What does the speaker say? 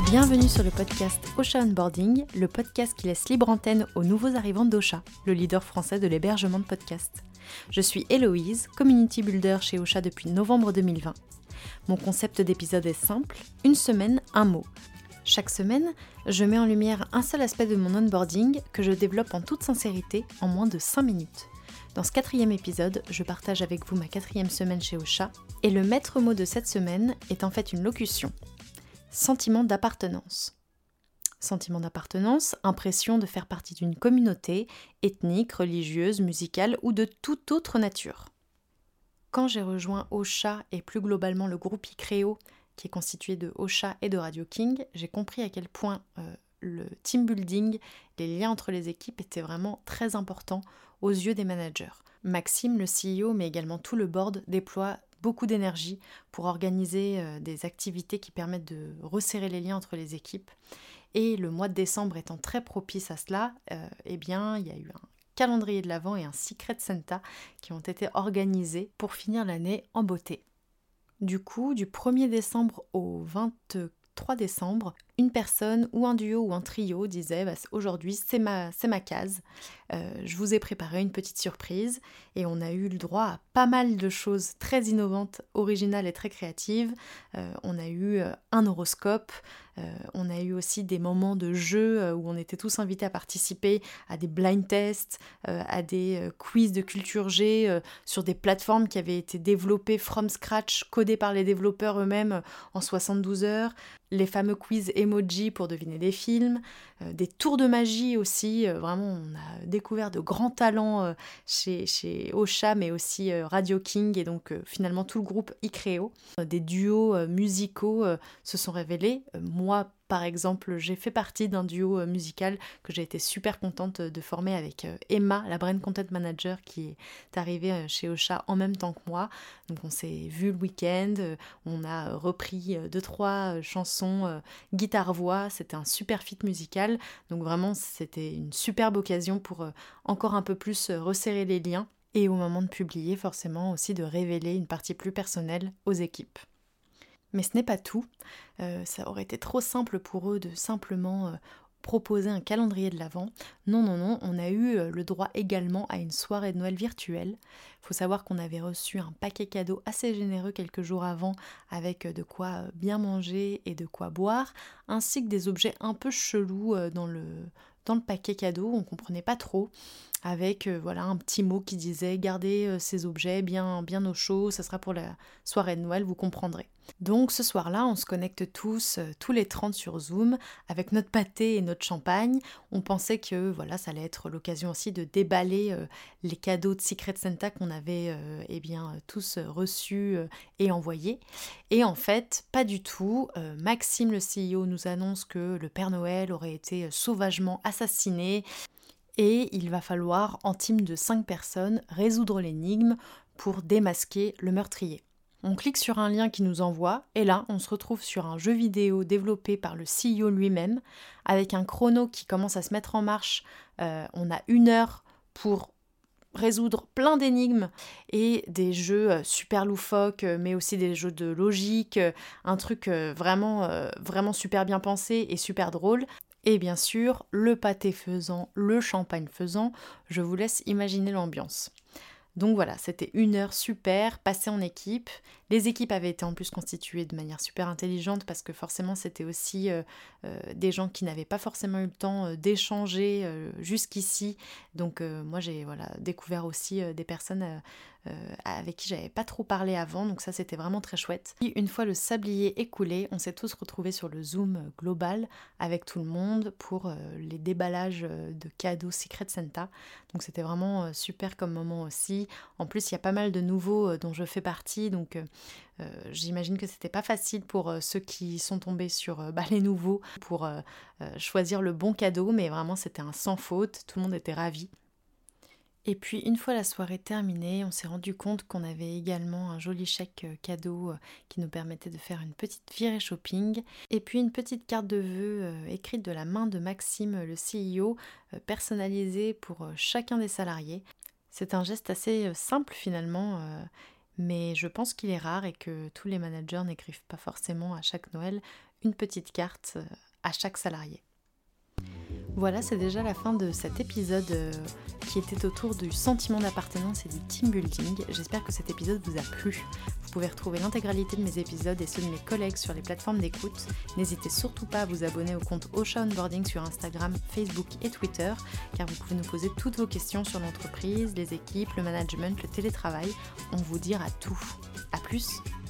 Bienvenue sur le podcast Ocha Onboarding, le podcast qui laisse libre antenne aux nouveaux arrivants d'Ocha, le leader français de l'hébergement de podcasts. Je suis Héloïse, community builder chez Ocha depuis novembre 2020. Mon concept d'épisode est simple, une semaine, un mot. Chaque semaine, je mets en lumière un seul aspect de mon onboarding que je développe en toute sincérité en moins de 5 minutes. Dans ce 4e épisode, je partage avec vous ma 4e semaine chez Ocha et le maître mot de cette semaine est en fait une locution. Sentiment d'appartenance. Sentiment d'appartenance, impression de faire partie d'une communauté, ethnique, religieuse, musicale ou de toute autre nature. Quand j'ai rejoint Ocha et plus globalement le groupe Icréo, qui est constitué de Ocha et de Radio King, j'ai compris à quel point le team building, les liens entre les équipes étaient vraiment très importants aux yeux des managers. Maxime, le CEO, mais également tout le board, déploie beaucoup d'énergie pour organiser des activités qui permettent de resserrer les liens entre les équipes. Et le mois de décembre étant très propice à cela, il y a eu un calendrier de l'Avent et un Secret Santa qui ont été organisés pour finir l'année en beauté. Du coup, du 1er décembre au 23 décembre, une personne ou un duo ou un trio disait aujourd'hui c'est ma case, je vous ai préparé une petite surprise et on a eu le droit à pas mal de choses très innovantes, originales et très créatives. On a eu un horoscope, on a eu aussi des moments de jeu où on était tous invités à participer à des blind tests, à des quiz de culture G sur des plateformes qui avaient été développées from scratch, codées par les développeurs eux-mêmes en 72 heures. Les fameux quiz emoji pour deviner des films, des tours de magie aussi, vraiment on a découvert de grands talents chez Ocha mais aussi Radio King et donc finalement tout le groupe Icréo. Des duos musicaux se sont révélés, moi par exemple, j'ai fait partie d'un duo musical que j'ai été super contente de former avec Emma, la Brand Content Manager, qui est arrivée chez Ocha en même temps que moi. Donc on s'est vu le week-end, on a repris 2-3 chansons guitare-voix, c'était un super feat musical. Donc vraiment, c'était une superbe occasion pour encore un peu plus resserrer les liens. Et au moment de publier, forcément aussi de révéler une partie plus personnelle aux équipes. Mais ce n'est pas tout, ça aurait été trop simple pour eux de simplement proposer un calendrier de l'Avent. Non, on a eu le droit également à une soirée de Noël virtuelle. Il faut savoir qu'on avait reçu un paquet cadeau assez généreux quelques jours avant avec de quoi bien manger et de quoi boire, ainsi que des objets un peu chelous dans le paquet cadeau, on comprenait pas trop, avec un petit mot qui disait « Gardez ces objets bien au chaud, ça sera pour la soirée de Noël, vous comprendrez ». Donc ce soir-là, on se connecte tous les 30 sur Zoom, avec notre pâté et notre champagne. On pensait que ça allait être l'occasion aussi de déballer les cadeaux de Secret Santa qu'on avait tous reçus et envoyés. Et en fait, pas du tout. Maxime, le CEO, nous annonce que le Père Noël aurait été sauvagement assassiné. Et il va falloir, en team de 5 personnes, résoudre l'énigme pour démasquer le meurtrier. On clique sur un lien qui nous envoie, et là, on se retrouve sur un jeu vidéo développé par le CEO lui-même, avec un chrono qui commence à se mettre en marche. On a 1 heure pour résoudre plein d'énigmes et des jeux super loufoques, mais aussi des jeux de logique, un truc vraiment super bien pensé et super drôle. Et bien sûr, le pâté faisant, le champagne faisant, je vous laisse imaginer l'ambiance. Donc voilà, c'était 1 heure super, passée en équipe. Les équipes avaient été en plus constituées de manière super intelligente parce que forcément c'était aussi des gens qui n'avaient pas forcément eu le temps d'échanger jusqu'ici. Donc moi j'ai découvert aussi des personnes avec qui j'avais pas trop parlé avant, donc ça c'était vraiment très chouette. Et une fois le sablier écoulé, on s'est tous retrouvés sur le Zoom global avec tout le monde pour les déballages de cadeaux Secret Santa. Donc c'était vraiment super comme moment aussi. En plus il y a pas mal de nouveaux dont je fais partie, donc j'imagine que c'était pas facile pour ceux qui sont tombés sur les nouveaux pour choisir le bon cadeau, mais vraiment c'était un sans faute, tout le monde était ravi. Et puis une fois la soirée terminée, on s'est rendu compte qu'on avait également un joli chèque cadeau qui nous permettait de faire une petite virée shopping. Et puis une petite carte de vœux écrite de la main de Maxime, le CEO, personnalisée pour chacun des salariés. C'est un geste assez simple finalement, mais je pense qu'il est rare et que tous les managers n'écrivent pas forcément à chaque Noël une petite carte à chaque salarié. Voilà, c'est déjà la fin de cet épisode qui était autour du sentiment d'appartenance et du team building. J'espère que cet épisode vous a plu. Vous pouvez retrouver l'intégralité de mes épisodes et ceux de mes collègues sur les plateformes d'écoute. N'hésitez surtout pas à vous abonner au compte Osha Onboarding sur Instagram, Facebook et Twitter, car vous pouvez nous poser toutes vos questions sur l'entreprise, les équipes, le management, le télétravail. On vous dira tout. À plus!